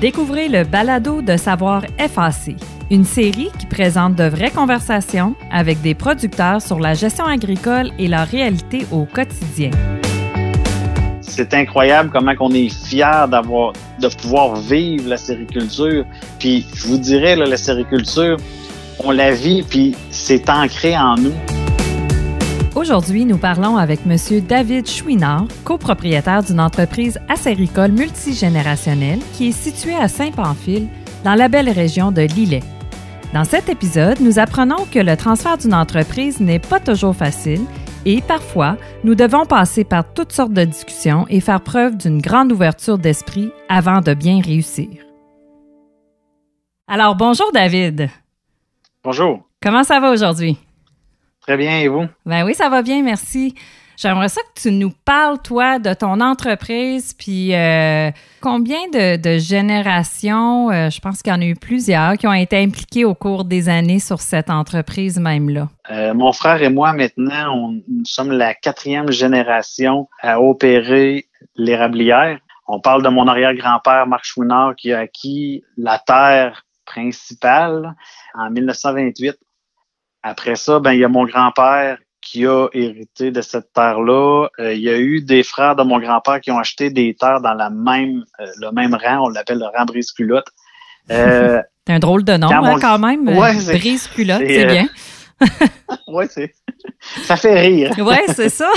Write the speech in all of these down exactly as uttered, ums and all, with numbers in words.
Découvrez le balado de savoir F A C, une série qui présente de vraies conversations avec des producteurs sur la gestion agricole et leur réalité au quotidien. C'est incroyable comment on est fiers d'avoir, de pouvoir vivre la sériculture. Puis je vous dirais, là, la sériculture, on la vit, puis c'est ancré en nous. Aujourd'hui, nous parlons avec M. David Chouinard, copropriétaire d'une entreprise acéricole multigénérationnelle qui est située à Saint-Pamphile, dans la belle région de Lillet. Dans cet épisode, nous apprenons que le transfert d'une entreprise n'est pas toujours facile et parfois, nous devons passer par toutes sortes de discussions et faire preuve d'une grande ouverture d'esprit avant de bien réussir. Alors, bonjour David. Bonjour. Comment ça va aujourd'hui? Très bien, et vous? Ben oui, ça va bien, merci. J'aimerais ça que tu nous parles, toi, de ton entreprise, puis euh, combien de, de générations, euh, je pense qu'il y en a eu plusieurs, qui ont été impliquées au cours des années sur cette entreprise même-là. Euh, mon frère et moi, maintenant, on, nous sommes la quatrième génération à opérer l'érablière. On parle de mon arrière-grand-père, Marc Chouinard, qui a acquis la terre principale en dix-neuf cent vingt-huit. Après ça, ben il y a mon grand-père qui a hérité de cette terre-là. Euh, il y a eu des frères de mon grand-père qui ont acheté des terres dans la même, euh, le même rang. On l'appelle le rang Brise-Culotte. Euh, c'est un drôle de nom, quand, hein, mon... quand même. Ouais, Brise-Culotte, c'est, c'est euh... bien. oui, c'est... ça fait rire. Oui, c'est ça.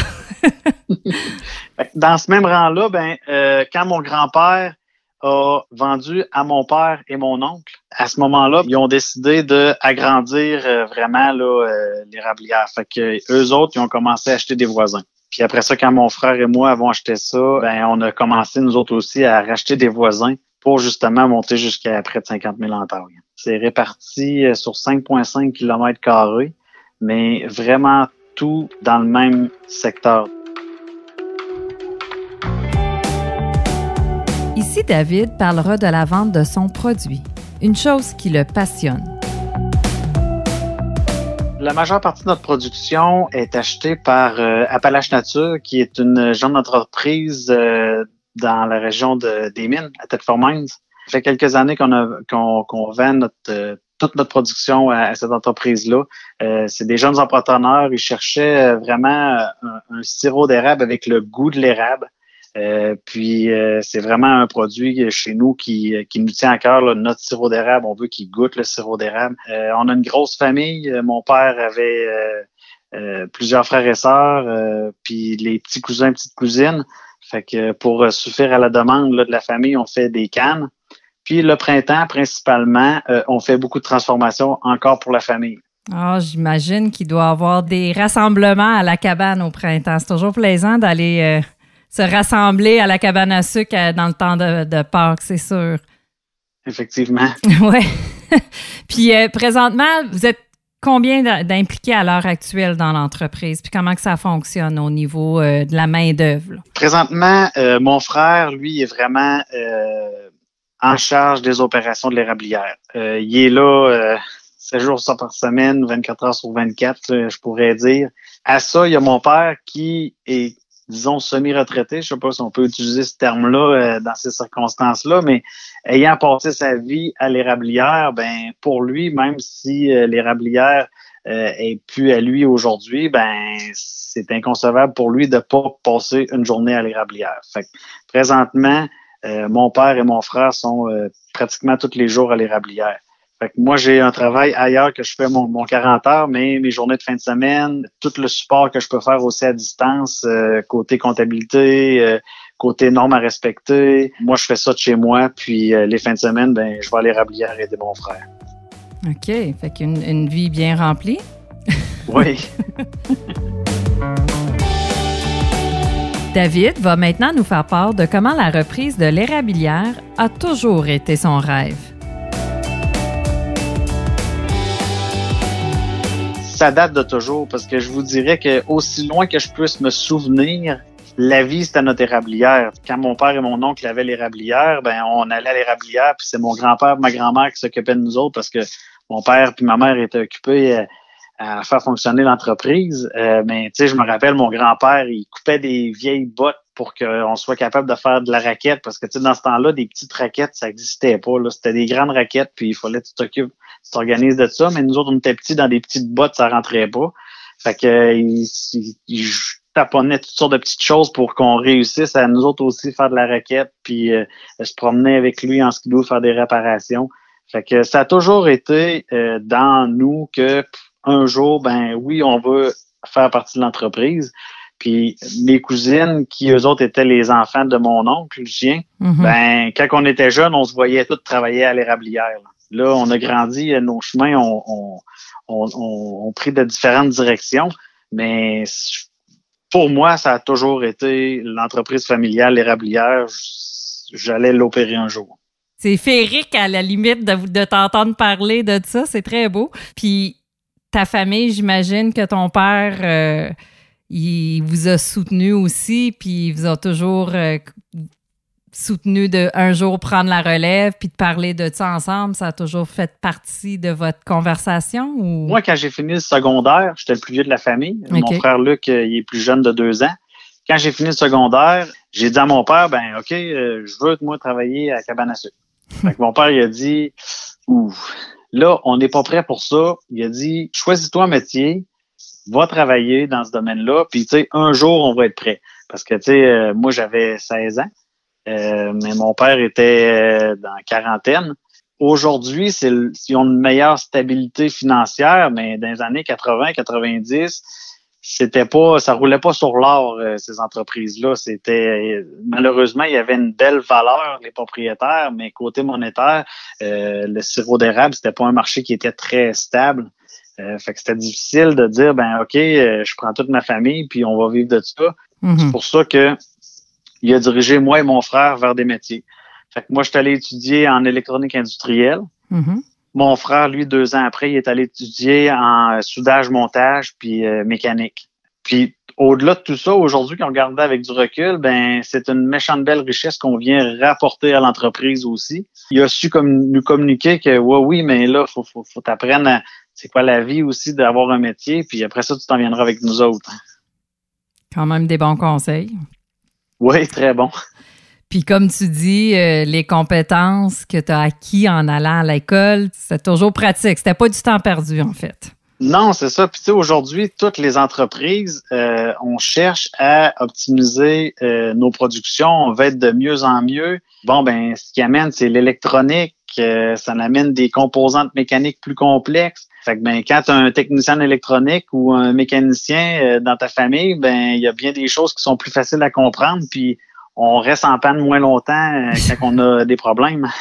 Dans ce même rang-là, ben, euh, quand mon grand-père a vendu à mon père et mon oncle, à ce moment-là, ils ont décidé d'agrandir euh, vraiment là, euh, l'érablière. Fait que eux autres, ils ont commencé à acheter des voisins. Puis après ça, quand mon frère et moi avons acheté ça, ben on a commencé nous autres aussi à racheter des voisins pour justement monter jusqu'à près de cinquante mille hectares. C'est réparti sur cinq virgule cinq kilomètres carrés, mais vraiment tout dans le même secteur. Ici, David parlera de la vente de son produit, une chose qui le passionne. La majeure partie de notre production est achetée par euh, Appalache Nature, qui est une jeune entreprise euh, dans la région de, des Mines, à Thetford Mines. Ça fait quelques années qu'on, a, qu'on, qu'on vend notre, euh, toute notre production à, à cette entreprise-là. Euh, c'est des jeunes entrepreneurs, ils cherchaient vraiment un, un sirop d'érable avec le goût de l'érable. Euh, puis euh, c'est vraiment un produit chez nous qui, qui nous tient à cœur, là, notre sirop d'érable. On veut qu'il goûte le sirop d'érable. Euh, on a une grosse famille. Mon père avait euh, euh, plusieurs frères et sœurs, euh, puis les petits cousins, petites cousines. Fait que pour euh, suffire à la demande là, de la famille, on fait des cannes. Puis le printemps, principalement, euh, on fait beaucoup de transformations encore pour la famille. Ah, oh, j'imagine qu'il doit y avoir des rassemblements à la cabane au printemps. C'est toujours plaisant d'aller... Euh... se rassembler à la cabane à sucre dans le temps de, de Pâques, c'est sûr. Effectivement. Oui. Puis euh, présentement, vous êtes combien d'impliqués à l'heure actuelle dans l'entreprise? Puis comment que ça fonctionne au niveau euh, de la main-d'œuvre? Là? Présentement, euh, mon frère, lui, est vraiment euh, en charge des opérations de l'érablière. Euh, il est là euh, sept jours par semaine, vingt-quatre heures sur vingt-quatre, euh, je pourrais dire. À ça, il y a mon père qui est disons, semi-retraité, je sais pas si on peut utiliser ce terme-là euh, dans ces circonstances-là, mais ayant passé sa vie à l'érablière, ben pour lui, même si euh, l'érablière euh, est plus à lui aujourd'hui, ben c'est inconcevable pour lui de pas passer une journée à l'érablière. Fait que, présentement, euh, mon père et mon frère sont euh, pratiquement tous les jours à l'érablière. Fait que moi, j'ai un travail ailleurs que je fais mon, mon quarante heures, mais mes journées de fin de semaine, tout le support que je peux faire aussi à distance, euh, côté comptabilité, euh, côté normes à respecter. Moi, je fais ça de chez moi, puis euh, les fins de semaine, ben, je vais à l'érablière aider mon frère. OK. Fait qu'une une vie bien remplie. Oui. David va maintenant nous faire part de comment la reprise de l'érablière a toujours été son rêve. Ça date de toujours, parce que je vous dirais que aussi loin que je puisse me souvenir, la vie, c'était notre érablière. Quand mon père et mon oncle avaient l'érablière, ben on allait à l'érablière, puis c'est mon grand-père et ma grand-mère qui s'occupaient de nous autres, parce que mon père puis ma mère étaient occupés à, à faire fonctionner l'entreprise. Euh, mais tu sais, je me rappelle, mon grand-père, il coupait des vieilles bottes pour qu'on soit capable de faire de la raquette, parce que tu sais, dans ce temps-là, des petites raquettes, ça n'existait pas. Là. C'était des grandes raquettes, puis il fallait que tu t'occupes, tu t'organises de ça, mais nous autres, on était petits dans des petites bottes, ça rentrait pas. Fait que euh, il, il, il taponnait toutes sortes de petites choses pour qu'on réussisse à nous autres aussi faire de la raquette, puis euh, se promener avec lui en skidoo, faire des réparations. Fait que ça a toujours été euh, dans nous que un jour, ben oui, on veut faire partie de l'entreprise. Puis mes cousines, qui eux autres étaient les enfants de mon oncle, Lucien, mm-hmm. ben quand on était jeunes, on se voyait tous travailler à l'érablière. Là, là on a grandi, nos chemins ont on, on, on, on pris de différentes directions, mais pour moi, ça a toujours été l'entreprise familiale, l'érablière. J'allais l'opérer un jour. C'est féerique à la limite de, de t'entendre parler de ça. C'est très beau. Puis ta famille, j'imagine que ton père, euh, il vous a soutenu aussi, puis il vous a toujours euh, soutenu de un jour prendre la relève, puis de parler de ça ensemble. Ça a toujours fait partie de votre conversation? Ou? Moi, quand j'ai fini le secondaire, j'étais le plus vieux de la famille. Okay. Mon frère Luc, il est plus jeune de deux ans. Quand j'ai fini le secondaire, j'ai dit à mon père, ben OK, euh, je veux, moi, travailler à cabane à sucre. Fait que mon père, il a dit, ouh, là, on n'est pas prêt pour ça. Il a dit, choisis-toi un métier, va travailler dans ce domaine-là, puis tu sais, un jour, on va être prêt. Parce que, tu sais, euh, moi, j'avais seize ans, euh, mais mon père était euh, dans la quarantaine. Aujourd'hui, c'est, ils ont une meilleure stabilité financière, mais dans les années quatre-vingts quatre-vingt-dix, c'était pas, ça roulait pas sur l'or, euh, ces entreprises-là. C'était, malheureusement, il y avait une belle valeur, les propriétaires, mais côté monétaire, euh, le sirop d'érable, c'était pas un marché qui était très stable. Euh, fait que c'était difficile de dire, ben, OK, euh, je prends toute ma famille, puis on va vivre de ça. Mm-hmm. C'est pour ça que il a dirigé moi et mon frère vers des métiers. Fait que moi, je suis allé étudier en électronique industrielle. Mm-hmm. Mon frère, lui, deux ans après, il est allé étudier en soudage, montage, puis euh, mécanique. Puis, au-delà de tout ça, aujourd'hui, quand on regarde avec du recul, ben c'est une méchante belle richesse qu'on vient rapporter à l'entreprise aussi. Il a su comme nous communiquer que, ouais, oui, mais là, faut, faut, faut t'apprendre à, c'est quoi la vie aussi d'avoir un métier, puis après ça, tu t'en viendras avec nous autres. Quand même des bons conseils. Oui, très bon. Puis comme tu dis, euh, les compétences que tu as acquis en allant à l'école, c'est toujours pratique. C'était pas du temps perdu, en fait. Non, c'est ça. Puis tu sais, aujourd'hui, toutes les entreprises, euh, on cherche à optimiser euh, nos productions. On va être de mieux en mieux. Bon, ben, ce qui amène, c'est l'électronique. Euh, ça amène des composantes mécaniques plus complexes. Fait que ben, quand tu as un technicien électronique ou un mécanicien euh, dans ta famille, ben, il y a bien des choses qui sont plus faciles à comprendre. Puis on reste en panne moins longtemps euh, quand on a des problèmes.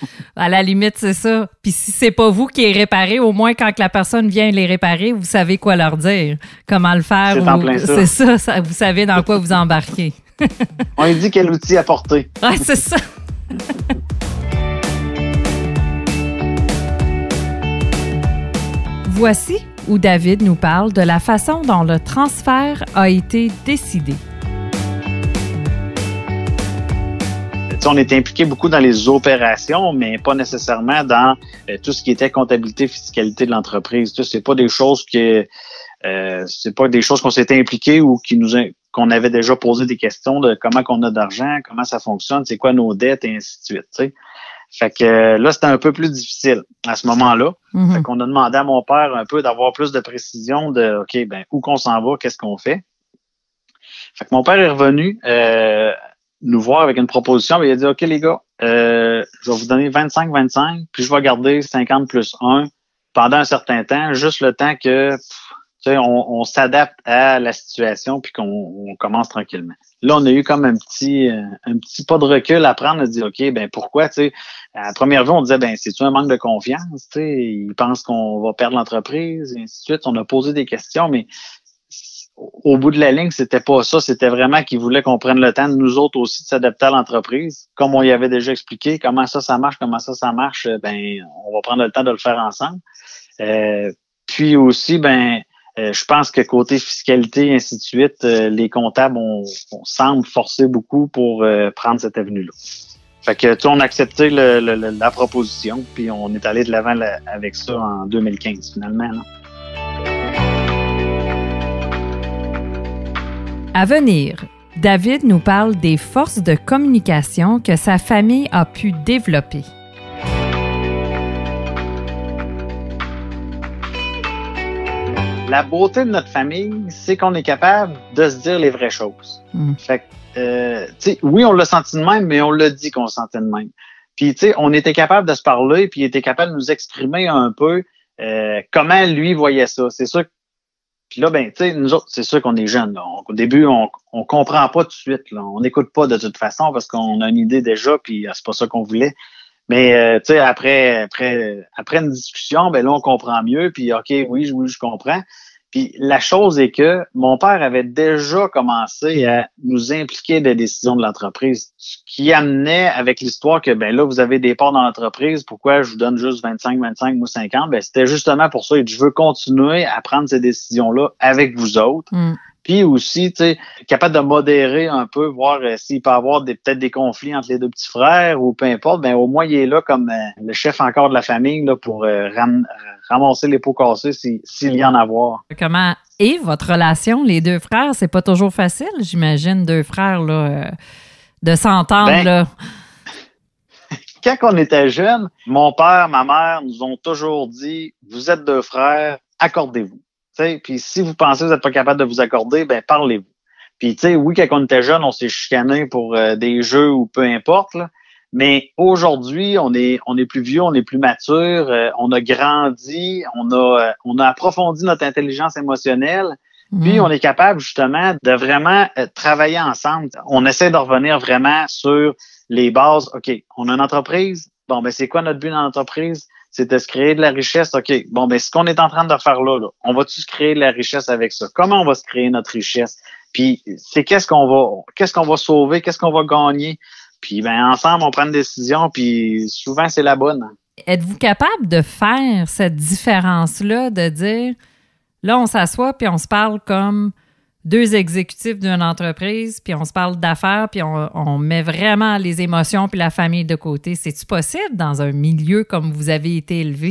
À la limite, c'est ça. Puis si c'est pas vous qui les réparez, au moins quand la personne vient les réparer, vous savez quoi leur dire, comment le faire. C'est ou... en plein ça. C'est ça, ça, vous savez dans quoi vous embarquez. On lui dit quel outil apporter. Ouais, c'est ça. Voici où David nous parle de la façon dont le transfert a été décidé. On est impliqué beaucoup dans les opérations, mais pas nécessairement dans euh, tout ce qui était comptabilité, fiscalité de l'entreprise. Tu sais, c'est pas des choses que euh, c'est pas des choses qu'on s'était impliqué ou qui nous qu'on avait déjà posé des questions de comment qu'on a d'argent, comment ça fonctionne, c'est quoi nos dettes et ainsi de suite. Tu sais. Fait que euh, là, c'était un peu plus difficile à ce moment-là. Mm-hmm. Fait qu'on a demandé à mon père un peu d'avoir plus de précision de OK, ben où qu'on s'en va, qu'est-ce qu'on fait. Fait que mon père est revenu euh, nous voir avec une proposition, il a dit, OK, les gars, euh, je vais vous donner vingt-cinq vingt-cinq, puis je vais garder cinquante plus un pendant un certain temps, juste le temps que, tu sais, on, on s'adapte à la situation puis qu'on on commence tranquillement. Là, on a eu comme un petit un petit pas de recul à prendre, on a dit, OK, ben pourquoi, tu sais, à la première vue, on disait, ben c'est-tu un manque de confiance, tu sais, ils pensent qu'on va perdre l'entreprise, et ainsi de suite. On a posé des questions, mais au bout de la ligne, c'était pas ça. C'était vraiment qu'ils voulaient qu'on prenne le temps de nous autres aussi de s'adapter à l'entreprise. Comme on y avait déjà expliqué, comment ça, ça marche, comment ça, ça marche, ben, on va prendre le temps de le faire ensemble. Euh, puis aussi, ben, euh, je pense que côté fiscalité et ainsi de suite, euh, les comptables, on, on semble forcer beaucoup pour euh, prendre cette avenue-là. Fait que, tu sais, on a accepté le, le, le, la proposition, puis on est allé de l'avant là, avec ça en deux mille quinze, finalement, là. À venir, David nous parle des forces de communication que sa famille a pu développer. La beauté de notre famille, c'est qu'on est capable de se dire les vraies choses. Mm. Fait que, euh, tu sais, oui, on l'a senti de même, mais on l'a dit qu'on le sentait de même. Puis, tu sais, on était capable de se parler, puis il était capable de nous exprimer un peu euh, comment lui voyait ça. C'est sûr. Puis là, ben, tu sais, nous autres, c'est sûr qu'on est jeunes. Là. On, au début, on, on comprend pas tout de suite. Là. On n'écoute pas de toute façon parce qu'on a une idée déjà, puis c'est pas ça qu'on voulait. Mais euh, tu sais, après, après, après une discussion, ben là, on comprend mieux. Puis ok, oui, oui, je comprends. Puis la chose est que mon père avait déjà commencé à nous impliquer des décisions de l'entreprise, ce qui amenait avec l'histoire que ben là, vous avez des parts dans l'entreprise, pourquoi je vous donne juste vingt-cinq, vingt-cinq ou cinquante? Ben c'était justement pour ça. Et je veux continuer à prendre ces décisions-là avec vous autres. Mm. Puis aussi, tu sais, capable de modérer un peu, voir euh, s'il peut y avoir des, peut-être des conflits entre les deux petits frères ou peu importe, ben au moins il est là comme euh, le chef encore de la famille là, pour euh, ram- ramasser les pots cassés si, s'il y en a à voir. Comment est votre relation, les deux frères? C'est pas toujours facile, j'imagine, deux frères, là, euh, de s'entendre, ben, là. Quand on était jeunes, mon père, ma mère nous ont toujours dit, vous êtes deux frères, accordez-vous. Puis si vous pensez que vous n'êtes pas capable de vous accorder, ben parlez-vous. Puis tu sais, oui, quand on était jeune, on s'est chicané pour euh, des jeux ou peu importe, là. Mais aujourd'hui, on est on est plus vieux, on est plus mature, euh, on a grandi, on a euh, on a approfondi notre intelligence émotionnelle. Mmh. Puis on est capable justement de vraiment euh, travailler ensemble. On essaie de revenir vraiment sur les bases. OK, on a une entreprise. Bon, ben c'est quoi notre but dans l'entreprise? C'est de se créer de la richesse. OK, bon, ben ce qu'on est en train de faire là, là on va-tu se créer de la richesse avec ça? Comment on va se créer notre richesse? Puis c'est qu'est-ce qu'on va qu'est-ce qu'on va sauver? Qu'est-ce qu'on va gagner? Puis ben ensemble, on prend une décision, puis souvent, c'est la bonne. Êtes-vous capable de faire cette différence-là, de dire, là, on s'assoit, puis on se parle comme deux exécutifs d'une entreprise, puis on se parle d'affaires, puis on, on met vraiment les émotions puis la famille de côté. C'est-tu possible dans un milieu comme vous avez été élevé?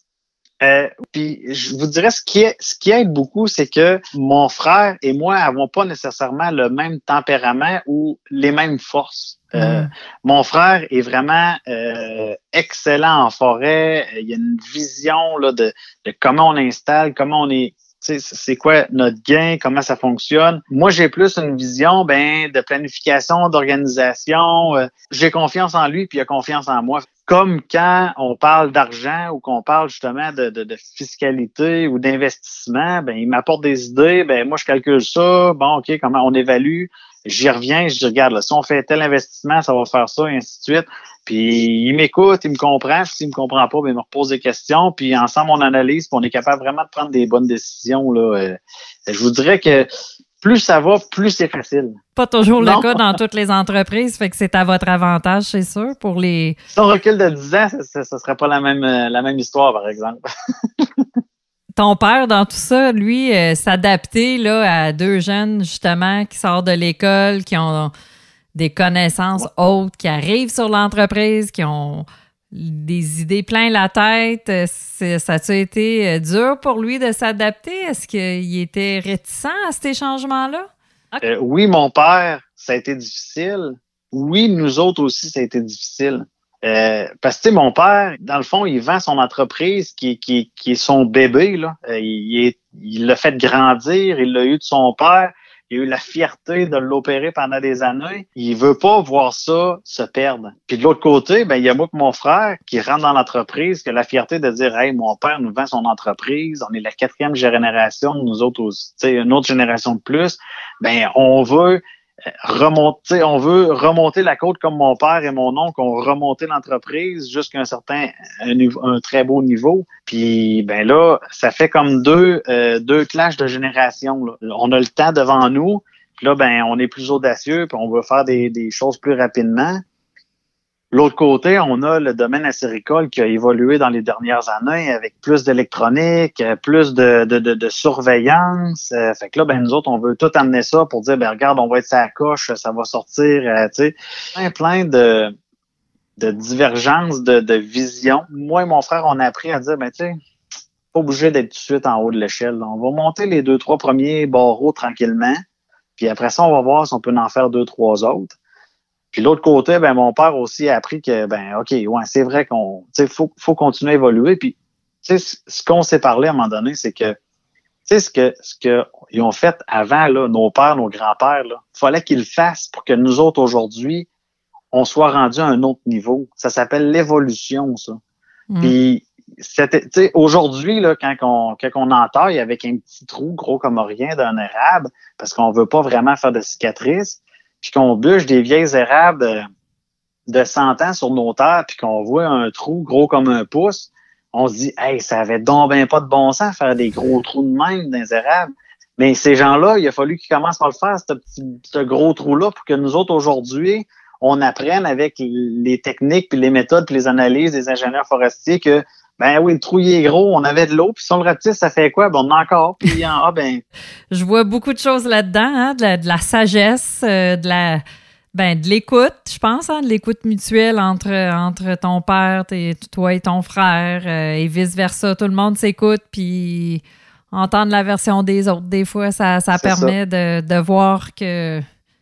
Euh, puis je vous dirais, ce qui est, ce qui aide beaucoup, c'est que mon frère et moi n'avons pas nécessairement le même tempérament ou les mêmes forces. Mm. Euh, mon frère est vraiment euh, excellent en forêt. Il y a une vision là, de, de comment on installe, comment on est. Tu sais, c'est quoi notre gain, comment ça fonctionne. Moi, j'ai plus une vision ben de planification, d'organisation. Euh, j'ai confiance en lui, puis il a confiance en moi. Comme quand on parle d'argent ou qu'on parle justement de, de, de fiscalité ou d'investissement, ben il m'apporte des idées, ben moi je calcule ça, bon ok, comment on évalue, j'y reviens, je dis regarde, là, si on fait tel investissement, ça va faire ça, et ainsi de suite. Puis il m'écoute, il me comprend, puis s'il me comprend pas, ben il me repose des questions, puis ensemble on analyse, puis on est capable vraiment de prendre des bonnes décisions là. Euh, je vous dirais que plus ça va, plus c'est facile. Pas toujours non. Le cas dans toutes les entreprises, fait que c'est à votre avantage, c'est sûr, pour les... Si on recule de dix ans, ça ne serait pas la même, la même histoire, par exemple. Ton père, dans tout ça, lui, euh, s'adapter là, à deux jeunes, justement, qui sortent de l'école, qui ont des connaissances ouais. hautes, qui arrivent sur l'entreprise, qui ont des idées plein la tête. C'est, ça a-tu été dur pour lui de s'adapter? Est-ce qu'il était réticent à ces changements-là? Okay. Euh, oui, mon père, ça a été difficile. Oui, nous autres aussi, ça a été difficile. Euh, parce que, tu sais, mon père, dans le fond, il vend son entreprise qui, qui, qui est son bébé, là. Euh, il, est, il l'a fait grandir, il l'a eu de son père. Il a eu la fierté de l'opérer pendant des années. Il veut pas voir ça se perdre. Puis de l'autre côté, ben il y a moi que mon frère qui rentre dans l'entreprise, qui a la fierté de dire, hey, mon père nous vend son entreprise, on est la quatrième génération, nous autres aussi, tu sais, une autre génération de plus. Ben on veut remonter, on veut remonter la côte comme mon père et mon oncle ont remonté l'entreprise jusqu'à un certain, un, niveau, un très beau niveau. Puis ben là, ça fait comme deux, euh, deux clashs de génération. Là. On a le temps devant nous. Puis là, ben on est plus audacieux, puis on veut faire des, des choses plus rapidement. L'autre côté, on a le domaine acéricole qui a évolué dans les dernières années avec plus d'électronique, plus de, de, de, de surveillance. Euh, fait que là, ben nous autres, on veut tout amener ça pour dire, ben regarde, on va être sa coche, ça va sortir, euh, tu sais, plein, plein de, de divergences de, de vision. Moi et mon frère, on a appris à dire, ben tu sais, pas obligé d'être tout de suite en haut de l'échelle. On va monter les deux, trois premiers barreaux tranquillement. Puis après ça, on va voir si on peut en faire deux, trois autres. Puis l'autre côté, ben mon père aussi a appris que, ben OK, ouais, c'est vrai qu'on, tu sais, faut, faut continuer à évoluer. Puis, tu sais, ce qu'on s'est parlé à un moment donné, c'est que, tu sais, ce que, ce que ils ont fait avant, là, nos pères, nos grands-pères, là, fallait qu'ils le fassent pour que nous autres, aujourd'hui, on soit rendu à un autre niveau. Ça s'appelle l'évolution, ça. Mm. Puis, c'était, tu sais, aujourd'hui, là, quand on, quand on entaille avec un petit trou gros comme rien d'un érable, parce qu'on veut pas vraiment faire de cicatrices, puis qu'on bûche des vieilles érables de, de cent ans sur nos terres, puis qu'on voit un trou gros comme un pouce, on se dit, hey, ça avait donc ben pas de bon sens faire des gros trous de même dans les érables. Mais ces gens-là, il a fallu qu'ils commencent par le faire, ce petit, ce gros trou-là, pour que nous autres, aujourd'hui, on apprenne avec les techniques, puis les méthodes, puis les analyses des ingénieurs forestiers que, ben oui, le trou, il est gros, on avait de l'eau, puis si on le rapetisse, ça fait quoi? Ben, on en a encore, puis ah, ben... Je vois beaucoup de choses là-dedans, hein, de, la, de la sagesse, euh, de la... Ben, de l'écoute, je pense, hein, de l'écoute mutuelle entre, entre ton père, tes, toi et ton frère, euh, et vice-versa. Tout le monde s'écoute, puis entendre la version des autres. Des fois, ça, ça permet ça. De, de voir que...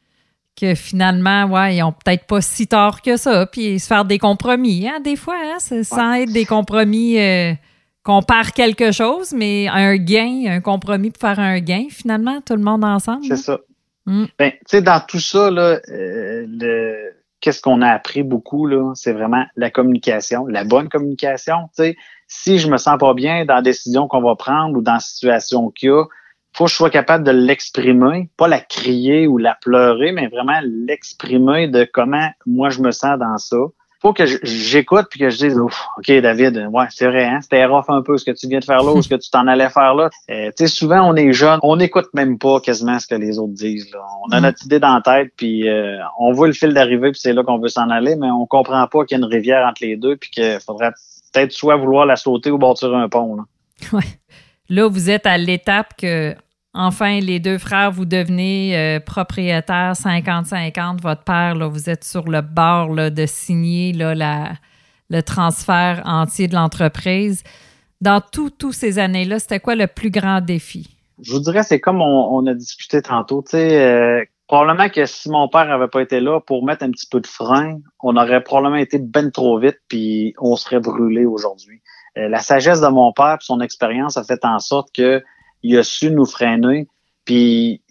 que finalement, ouais, ils ont peut-être pas si tort que ça, puis se faire des compromis, hein, des fois, hein, c'est, sans ouais. être des compromis euh, qu'on perd quelque chose, mais un gain, un compromis pour faire un gain, finalement, tout le monde ensemble. C'est hein? ça. Mm. Ben, tu sais, dans tout ça, là, euh, le, qu'est-ce qu'on a appris beaucoup, là, c'est vraiment la communication, la bonne communication, tu sais. Si je me sens pas bien dans la décision qu'on va prendre ou dans la situation qu'il y a, faut que je sois capable de l'exprimer, pas la crier ou la pleurer, mais vraiment l'exprimer de comment moi je me sens dans ça. Faut que j'écoute puis que je dise, OK, David, ouais, c'est vrai, hein, c'était rough un peu ce que tu viens de faire là ou ce que tu t'en allais faire là. Euh, tu sais, souvent, on est jeune, on n'écoute même pas quasiment ce que les autres disent, là. On a mm. notre idée dans la tête puis euh, on voit le fil d'arrivée puis c'est là qu'on veut s'en aller, mais on comprend pas qu'il y a une rivière entre les deux puis qu'il faudrait peut-être soit vouloir la sauter ou bâtir un pont, là. Ouais. Là, vous êtes à l'étape que, enfin, les deux frères, vous devenez euh, propriétaires cinquante cinquante. Votre père, là, vous êtes sur le bord là, de signer là, la, le transfert entier de l'entreprise. Dans toutes ces années-là, c'était quoi le plus grand défi? Je vous dirais, c'est comme on, on a discuté tantôt. Tu sais, euh, probablement que si mon père n'avait pas été là pour mettre un petit peu de frein, on aurait probablement été ben trop vite puis on serait brûlé aujourd'hui. Euh, la sagesse de mon père et son expérience a fait en sorte que il a su nous freiner puis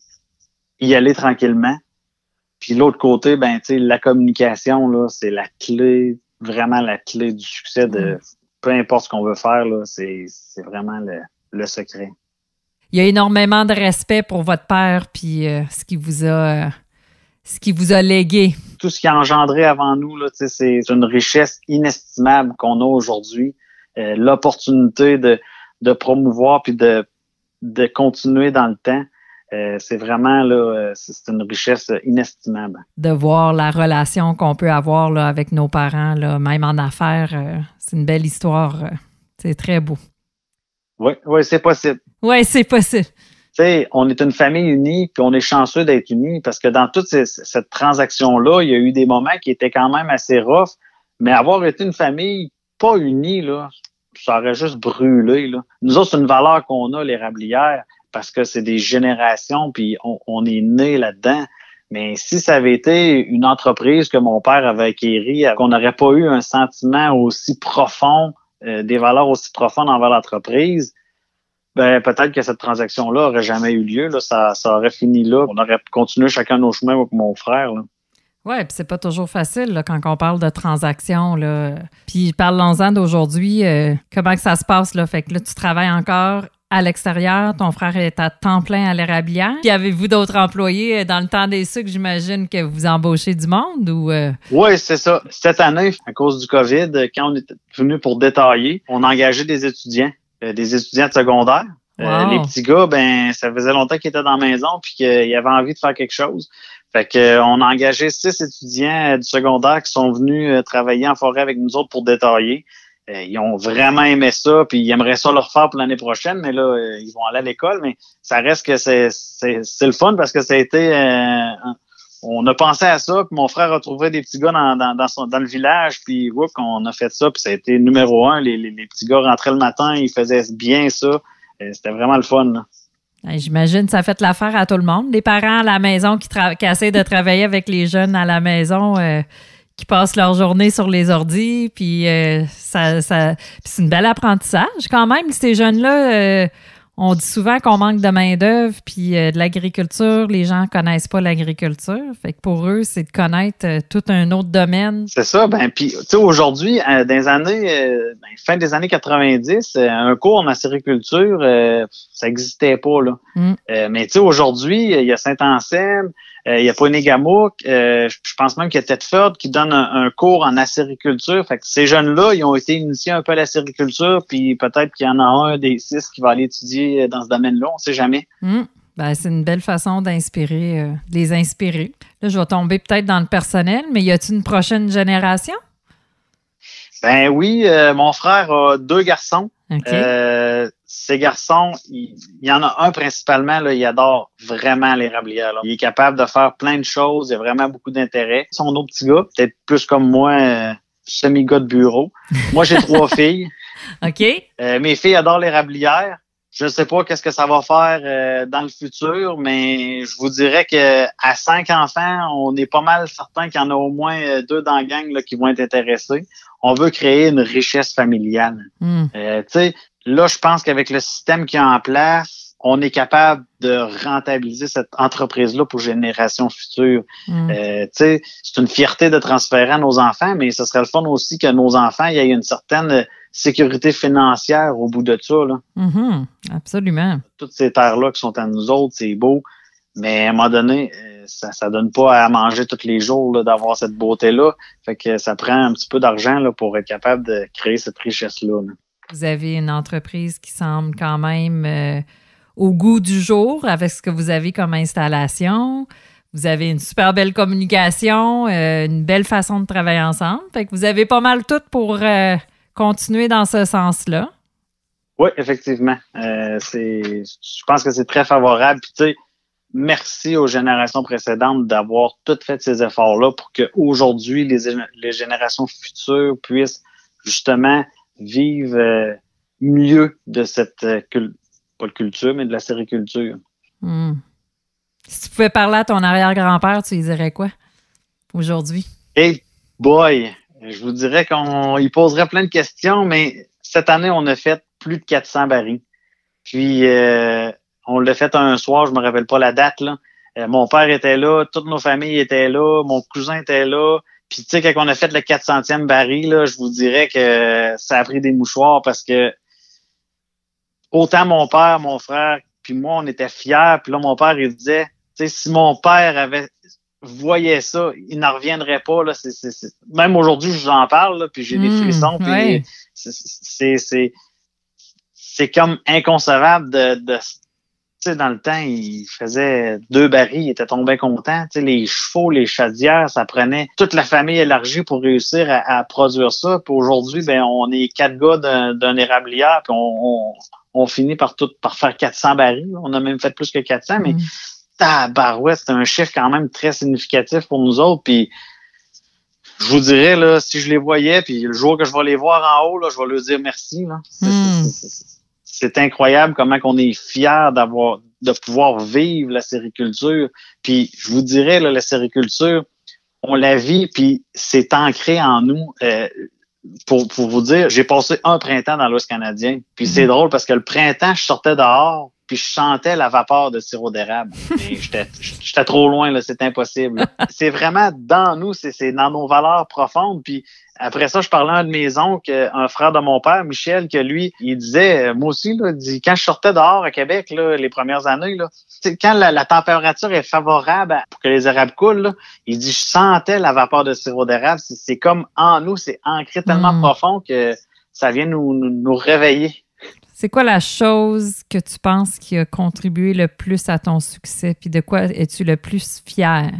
y aller tranquillement. Puis l'autre côté, ben tu sais, la communication là, c'est la clé, vraiment la clé du succès de mmh. peu importe ce qu'on veut faire là, c'est c'est vraiment le, le secret. Il y a énormément de respect pour votre père puis euh, ce qui vous a euh, ce qui vous a légué. Tout ce qui a engendré avant nous là, tu sais, c'est une richesse inestimable qu'on a aujourd'hui. Euh, l'opportunité de, de promouvoir puis de, de continuer dans le temps, euh, c'est vraiment là, c'est une richesse inestimable. De voir la relation qu'on peut avoir là, avec nos parents, là, même en affaires, euh, c'est une belle histoire. Euh, c'est très beau. Oui, oui, c'est possible. Oui, c'est possible. Tu sais, on est une famille unie, puis on est chanceux d'être unis parce que dans toute ces, cette transaction-là, il y a eu des moments qui étaient quand même assez rough, mais avoir été une famille pas unie, là, ça aurait juste brûlé, là. Nous autres, c'est une valeur qu'on a, l'érablière, parce que c'est des générations, puis on, on est né là-dedans. Mais si ça avait été une entreprise que mon père avait acquérie, qu'on n'aurait pas eu un sentiment aussi profond, euh, des valeurs aussi profondes envers l'entreprise, ben peut-être que cette transaction-là aurait jamais eu lieu. Là, ça, ça aurait fini là. On aurait continué chacun nos chemins avec mon frère, là. Oui, puis c'est pas toujours facile là, quand on parle de transactions. Là. Puis parlons-en d'aujourd'hui. Euh, comment que ça se passe? Là? Fait que là, tu travailles encore à l'extérieur. Ton frère est à temps plein à l'érablière. Puis avez-vous d'autres employés dans le temps des sucres? J'imagine que vous embauchez du monde ou... Euh... Oui, c'est ça. Cette année, à cause du COVID, quand on est venu pour détailler, on a engagé des étudiants, euh, des étudiants de secondaire. Wow. Euh, les petits gars, ben ça faisait longtemps qu'ils étaient dans la maison puis qu'ils avaient envie de faire quelque chose. Fait que euh, on a engagé six étudiants euh, du secondaire qui sont venus euh, travailler en forêt avec nous autres pour détailler. Euh, ils ont vraiment aimé ça, puis ils aimeraient ça le refaire pour l'année prochaine, mais là, euh, ils vont aller à l'école, mais ça reste que c'est c'est, c'est le fun parce que ça a été euh, on a pensé à ça, puis mon frère a trouvé des petits gars dans, dans, dans, son, dans le village, puis whoop, on a fait ça, puis ça a été numéro un. Les, les, les petits gars rentraient le matin, ils faisaient bien ça. Euh, c'était vraiment le fun, là. J'imagine que ça fait l'affaire à tout le monde. Les parents à la maison qui, tra- qui essaient de travailler avec les jeunes à la maison, euh, qui passent leur journée sur les ordis, puis euh, ça, ça, puis c'est une belle apprentissage quand même. Ces jeunes-là, euh, on dit souvent qu'on manque de main-d'œuvre, puis euh, de l'agriculture, les gens connaissent pas l'agriculture. Fait que pour eux, c'est de connaître euh, tout un autre domaine. C'est ça. Ben, puis, tu sais, aujourd'hui, euh, dans les années, euh, ben, fin des années quatre-vingt-dix, euh, un cours en acériculture, euh, ça n'existait pas, là. Mm. Euh, mais tu sais, aujourd'hui, il y a Saint-Anselme, euh, il y a Ponégamouk, euh, je pense même qu'il y a Thetford qui donne un, un cours en acériculture. Fait que ces jeunes-là, ils ont été initiés un peu à l'acériculture, puis peut-être qu'il y en a un des six qui va aller étudier dans ce domaine-là, on ne sait jamais. Mmh. Ben, c'est une belle façon d'inspirer, euh, de les inspirer. Là, je vais tomber peut-être dans le personnel, mais y a-t-il une prochaine génération? Ben oui, euh, mon frère a deux garçons. Okay. Euh, ces garçons, il, il y en a un principalement, là, il adore vraiment l'érablière. Là. Il est capable de faire plein de choses, il a vraiment beaucoup d'intérêt. Son autre petit gars, peut-être plus comme moi, euh, semi-gars de bureau. Moi, j'ai trois filles. OK. Euh, mes filles adorent l'érablière. Je ne sais pas qu'est-ce que ça va faire euh, dans le futur, mais je vous dirais que à cinq enfants, on est pas mal certain qu'il y en a au moins deux dans la gang là, qui vont être intéressés. On veut créer une richesse familiale. Mm. Euh, tu sais, là, je pense qu'avec le système qui est en place, on est capable de rentabiliser cette entreprise-là pour générations futures. Mm. Euh, tu sais, c'est une fierté de transférer à nos enfants, mais ce serait le fun aussi que nos enfants aient une certaine sécurité financière au bout de ça. Là. Mm-hmm. Absolument. Toutes ces terres-là qui sont à nous autres, c'est beau, mais à un moment donné, ça ça donne pas à manger tous les jours là, d'avoir cette beauté-là. Fait que ça prend un petit peu d'argent là, pour être capable de créer cette richesse-là. Là. Vous avez une entreprise qui semble quand même euh, au goût du jour avec ce que vous avez comme installation. Vous avez une super belle communication, euh, une belle façon de travailler ensemble. Fait que vous avez pas mal tout pour euh, continuer dans ce sens-là. Oui, effectivement. Euh, c'est, je pense que c'est très favorable. Puis tu sais, merci aux générations précédentes d'avoir toutes fait ces efforts-là pour qu'aujourd'hui, les, les générations futures puissent justement vivre euh, mieux de cette euh, cul- pas de culture, mais de la sériculture. Mm. Si tu pouvais parler à ton arrière-grand-père, tu lui dirais quoi aujourd'hui? Hey boy! Je vous dirais qu'on il poserait plein de questions, mais cette année, on a fait plus de quatre cents barils. Puis, euh, on l'a fait un soir, je me rappelle pas la date, là. Euh, mon père était là, toutes nos familles étaient là, mon cousin était là. Puis, tu sais, quand on a fait le quatre centième baril, là, je vous dirais que ça a pris des mouchoirs parce que autant mon père, mon frère, puis moi, on était fiers. Puis là, mon père, il disait, tu sais, si mon père avait voyait ça, il n'en reviendrait pas. Là. C'est, c'est, c'est... Même aujourd'hui, je vous en parle, là, puis j'ai mmh, des frissons. Puis ouais. c'est, c'est, c'est, c'est comme inconcevable de... de tu sais, dans le temps, il faisait deux barils, il était tombé content. Tu sais, les chevaux, les chaudières, ça prenait toute la famille élargie pour réussir à, à produire ça. Puis aujourd'hui, ben, on est quatre gars d'un, d'un érablière, puis on, on, on finit par tout, par faire quatre cents barils. On a même fait plus que quatre cents, mais mmh. tabarouette, c'est un chiffre quand même très significatif pour nous autres. Puis je vous dirais, là, si je les voyais, puis le jour que je vais les voir en haut, là, je vais leur dire merci. Là. C'est, mmh. c'est, c'est, c'est, c'est incroyable comment on est fiers d'avoir de pouvoir vivre la sériculture. Puis je vous dirais, là, la sériculture, on la vit, puis c'est ancré en nous. Euh, pour, pour vous dire, j'ai passé un printemps dans l'Ouest canadien. Puis mmh. c'est drôle parce que le printemps, je sortais dehors, puis je sentais la vapeur de sirop d'érable. Mais j'étais, j'étais trop loin, là, c'est impossible. C'est vraiment dans nous, c'est, c'est dans nos valeurs profondes. Puis après ça, je parlais à un de mes oncles, un frère de mon père, Michel, que lui, il disait, moi aussi, là, dit, quand je sortais dehors à Québec, là, les premières années, là, quand la, la température est favorable à, pour que les érables coulent, là, il dit, je sentais la vapeur de sirop d'érable. C'est, c'est comme en nous, c'est ancré tellement mmh. profond que ça vient nous, nous, nous réveiller. C'est quoi la chose que tu penses qui a contribué le plus à ton succès? Puis de quoi es-tu le plus fier?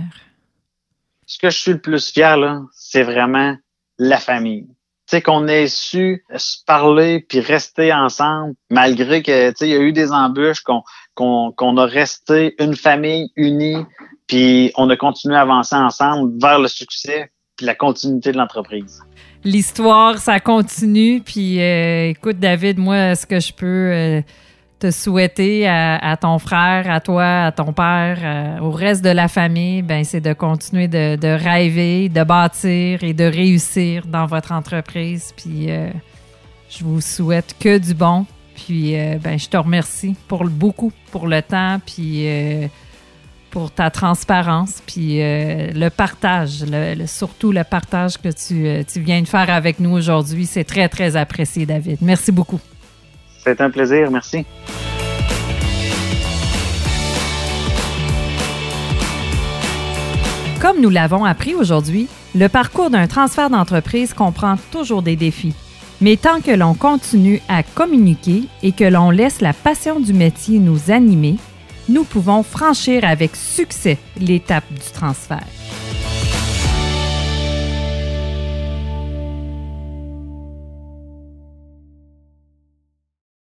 Ce que je suis le plus fier, là, c'est vraiment la famille. Tu sais, qu'on ait su se parler puis rester ensemble, malgré que, tu sais, il y a eu des embûches, qu'on, qu'on, qu'on a resté une famille unie, puis on a continué à avancer ensemble vers le succès puis la continuité de l'entreprise. L'histoire, ça continue. Puis, euh, écoute, David, moi, ce que je peux euh, te souhaiter à, à ton frère, à toi, à ton père, à, au reste de la famille, ben c'est de continuer de, de rêver, de bâtir et de réussir dans votre entreprise. Puis euh, je vous souhaite que du bon. Puis euh, ben je te remercie pour le, beaucoup pour le temps, puis euh, pour ta transparence, puis euh, le partage, le, le, surtout le partage que tu, tu viens de faire avec nous aujourd'hui. C'est très, très apprécié, David. Merci beaucoup. C'est un plaisir. Merci. Comme nous l'avons appris aujourd'hui, le parcours d'un transfert d'entreprise comprend toujours des défis. Mais tant que l'on continue à communiquer et que l'on laisse la passion du métier nous animer, nous pouvons franchir avec succès l'étape du transfert.